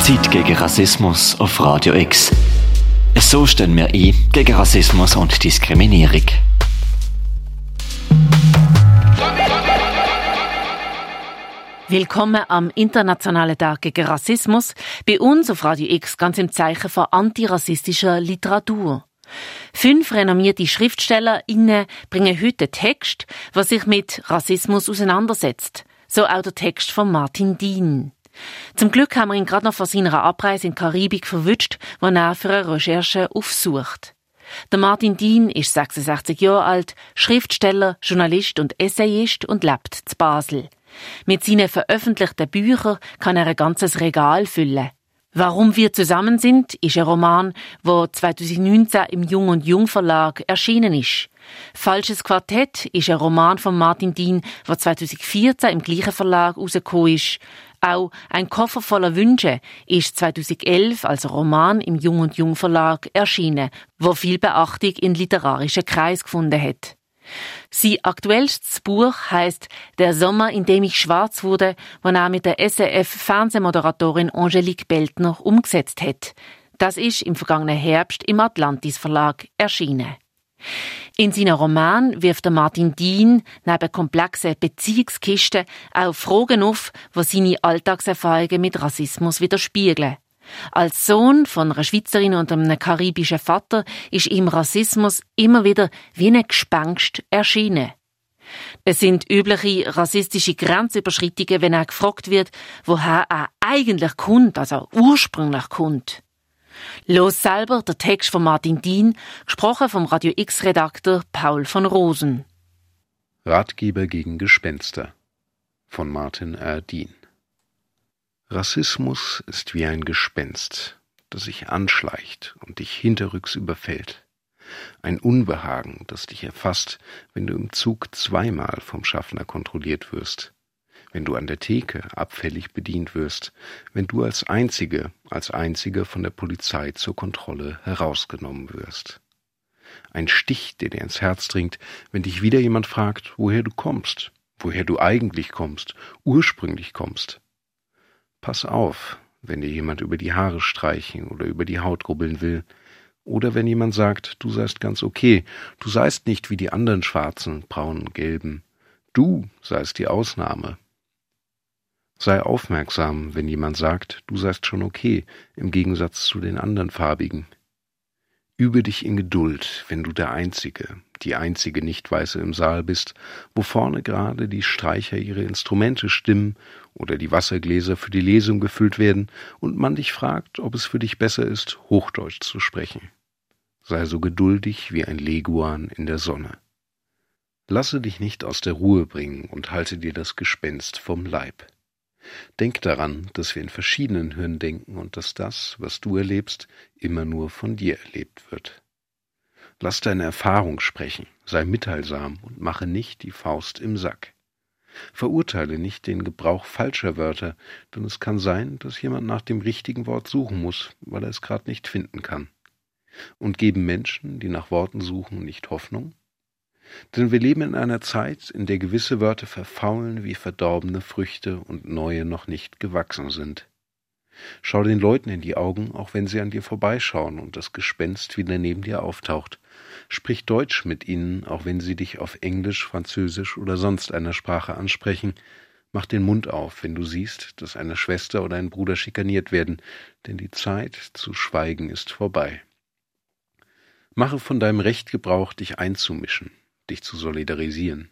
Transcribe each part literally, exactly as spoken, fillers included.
Zeit gegen Rassismus auf Radio X. So stehen wir ein gegen Rassismus und Diskriminierung. Willkommen am Internationalen Tag gegen Rassismus. Bei uns auf Radio X ganz im Zeichen von antirassistischer Literatur. Fünf renommierte SchriftstellerInnen bringen heute einen Text, der sich mit Rassismus auseinandersetzt. So auch der Text von Martin Dien. Zum Glück haben wir ihn gerade noch vor seiner Abreise in die Karibik verwünscht, wo er für eine Recherche aufsucht. Der Martin Dien ist sechsundsechzig Jahre alt, Schriftsteller, Journalist und Essayist und lebt zu Basel. Mit seinen veröffentlichten Büchern kann er ein ganzes Regal füllen. «Warum wir zusammen sind» ist ein Roman, der zweitausendneunzehn im Jung und Jung Verlag erschienen ist. «Falsches Quartett» ist ein Roman von Martin Dien, der zweitausendvierzehn im gleichen Verlag herausgekommen ist. Auch «Ein Koffer voller Wünsche» ist zweitausendelf als Roman im Jung und Jung Verlag erschienen, wo viel Beachtung in literarischen Kreis gefunden hat. Sein aktuellstes Buch heisst «Der Sommer, in dem ich schwarz wurde», das er mit der S R F-Fernsehmoderatorin Angelique Beltner umgesetzt hat. Das ist im vergangenen Herbst im Atlantis Verlag erschienen. In seinen Roman wirft der Martin Dien neben komplexen Beziehungskisten auch Fragen auf, die seine Alltagserfahrungen mit Rassismus widerspiegeln. Als Sohn von einer Schweizerin und einem karibischen Vater ist ihm Rassismus immer wieder wie ein Gespenst erschienen. Es sind übliche rassistische Grenzüberschreitungen, wenn er gefragt wird, woher er eigentlich kommt, also ursprünglich kommt. Los selber der Text von Martin Dien, gesprochen vom Radio X-Redakteur Paul von Rosen. Ratgeber gegen Gespenster von Martin R. Dien. Rassismus ist wie ein Gespenst, das sich anschleicht und dich hinterrücks überfällt. Ein Unbehagen, das dich erfasst, wenn du im Zug zweimal vom Schaffner kontrolliert wirst, wenn du an der Theke abfällig bedient wirst, wenn du als Einzige, als Einziger von der Polizei zur Kontrolle herausgenommen wirst. Ein Stich, der dir ins Herz dringt, wenn dich wieder jemand fragt, woher du kommst, woher du eigentlich kommst, ursprünglich kommst. Pass auf, wenn dir jemand über die Haare streichen oder über die Haut rubbeln will, oder wenn jemand sagt, du seist ganz okay, du seist nicht wie die anderen Schwarzen, Braunen, Gelben, du seist die Ausnahme. Sei aufmerksam, wenn jemand sagt, du seist schon okay, im Gegensatz zu den anderen Farbigen. Übe dich in Geduld, wenn du der Einzige, die einzige Nicht-Weiße im Saal bist, wo vorne gerade die Streicher ihre Instrumente stimmen oder die Wassergläser für die Lesung gefüllt werden und man dich fragt, ob es für dich besser ist, Hochdeutsch zu sprechen. Sei so geduldig wie ein Leguan in der Sonne. Lasse dich nicht aus der Ruhe bringen und halte dir das Gespenst vom Leib. Denk daran, dass wir in verschiedenen Hirnen denken und dass das, was du erlebst, immer nur von dir erlebt wird. Lass deine Erfahrung sprechen, sei mitteilsam und mache nicht die Faust im Sack. Verurteile nicht den Gebrauch falscher Wörter, denn es kann sein, dass jemand nach dem richtigen Wort suchen muss, weil er es gerade nicht finden kann. Und geben Menschen, die nach Worten suchen, nicht Hoffnung? Denn wir leben in einer Zeit, in der gewisse Wörter verfaulen wie verdorbene Früchte und neue noch nicht gewachsen sind. Schau den Leuten in die Augen, auch wenn sie an dir vorbeischauen und das Gespenst wieder neben dir auftaucht. Sprich Deutsch mit ihnen, auch wenn sie dich auf Englisch, Französisch oder sonst einer Sprache ansprechen. Mach den Mund auf, wenn du siehst, dass eine Schwester oder ein Bruder schikaniert werden, denn die Zeit zu schweigen ist vorbei. Mache von deinem Recht Gebrauch, dich einzumischen, dich zu solidarisieren.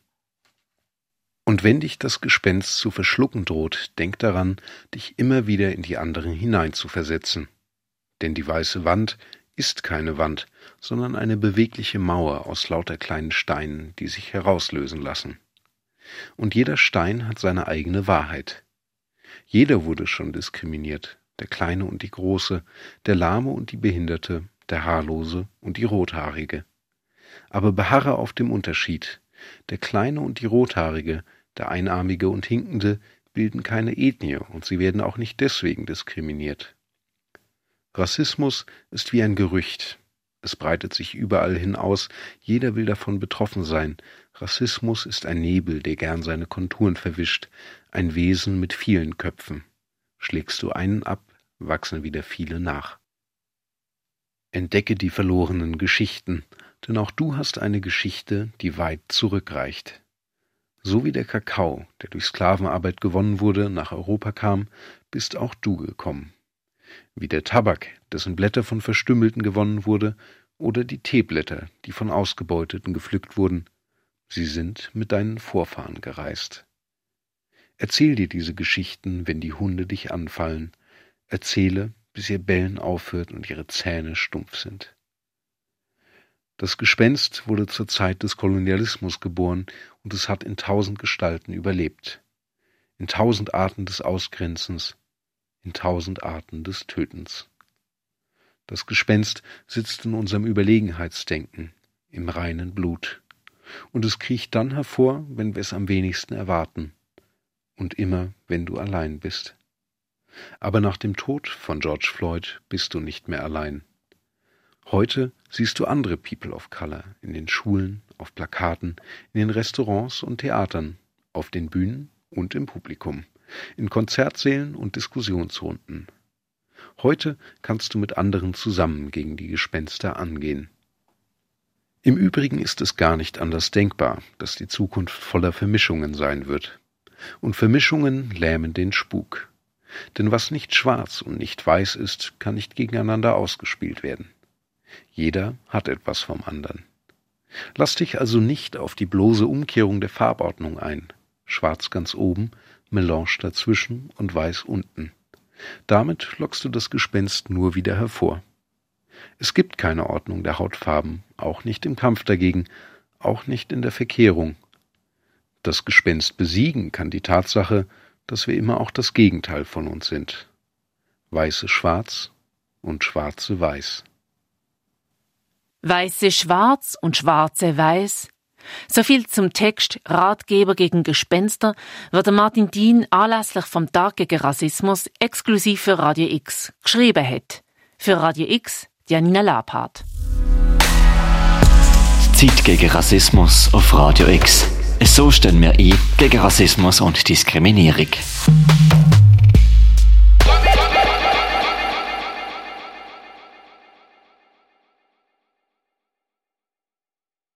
Und wenn dich das Gespenst zu verschlucken droht, denk daran, dich immer wieder in die anderen hineinzuversetzen. Denn die weiße Wand ist keine Wand, sondern eine bewegliche Mauer aus lauter kleinen Steinen, die sich herauslösen lassen. Und jeder Stein hat seine eigene Wahrheit. Jeder wurde schon diskriminiert, der Kleine und die Große, der Lahme und die Behinderte, der Haarlose und die Rothaarige. Aber beharre auf dem Unterschied. Der Kleine und die Rothaarige, der Einarmige und Hinkende bilden keine Ethnie und sie werden auch nicht deswegen diskriminiert. Rassismus ist wie ein Gerücht. Es breitet sich überall hin aus, jeder will davon betroffen sein. Rassismus ist ein Nebel, der gern seine Konturen verwischt, ein Wesen mit vielen Köpfen. Schlägst du einen ab, wachsen wieder viele nach. Entdecke die verlorenen Geschichten, denn auch du hast eine Geschichte, die weit zurückreicht. So wie der Kakao, der durch Sklavenarbeit gewonnen wurde, nach Europa kam, bist auch du gekommen. Wie der Tabak, dessen Blätter von Verstümmelten gewonnen wurde, oder die Teeblätter, die von Ausgebeuteten gepflückt wurden, sie sind mit deinen Vorfahren gereist. Erzähl dir diese Geschichten, wenn die Hunde dich anfallen. Erzähle, bis ihr Bellen aufhört und ihre Zähne stumpf sind. Das Gespenst wurde zur Zeit des Kolonialismus geboren und es hat in tausend Gestalten überlebt. In tausend Arten des Ausgrenzens, in tausend Arten des Tötens. Das Gespenst sitzt in unserem Überlegenheitsdenken, im reinen Blut. Und es kriecht dann hervor, wenn wir es am wenigsten erwarten. Und immer, wenn du allein bist. Aber nach dem Tod von George Floyd bist du nicht mehr allein. Heute siehst du andere People of Color in den Schulen, auf Plakaten, in den Restaurants und Theatern, auf den Bühnen und im Publikum, in Konzertsälen und Diskussionsrunden. Heute kannst du mit anderen zusammen gegen die Gespenster angehen. Im Übrigen ist es gar nicht anders denkbar, dass die Zukunft voller Vermischungen sein wird. Und Vermischungen lähmen den Spuk. Denn was nicht schwarz und nicht weiß ist, kann nicht gegeneinander ausgespielt werden. Jeder hat etwas vom anderen. Lass dich also nicht auf die bloße Umkehrung der Farbordnung ein. Schwarz ganz oben, Melange dazwischen und weiß unten. Damit lockst du das Gespenst nur wieder hervor. Es gibt keine Ordnung der Hautfarben, auch nicht im Kampf dagegen, auch nicht in der Verkehrung. Das Gespenst besiegen kann die Tatsache, dass wir immer auch das Gegenteil von uns sind. Weiße schwarz und schwarze weiß. Weiße schwarz und schwarze weiß. So viel zum Text Ratgeber gegen Gespenster, wird Martin Dien anlässlich vom Tag gegen Rassismus exklusiv für Radio X geschrieben hat. Für Radio X, Janina Labhardt. Zeit gegen Rassismus auf Radio X. So stellen wir ein gegen Rassismus und Diskriminierung.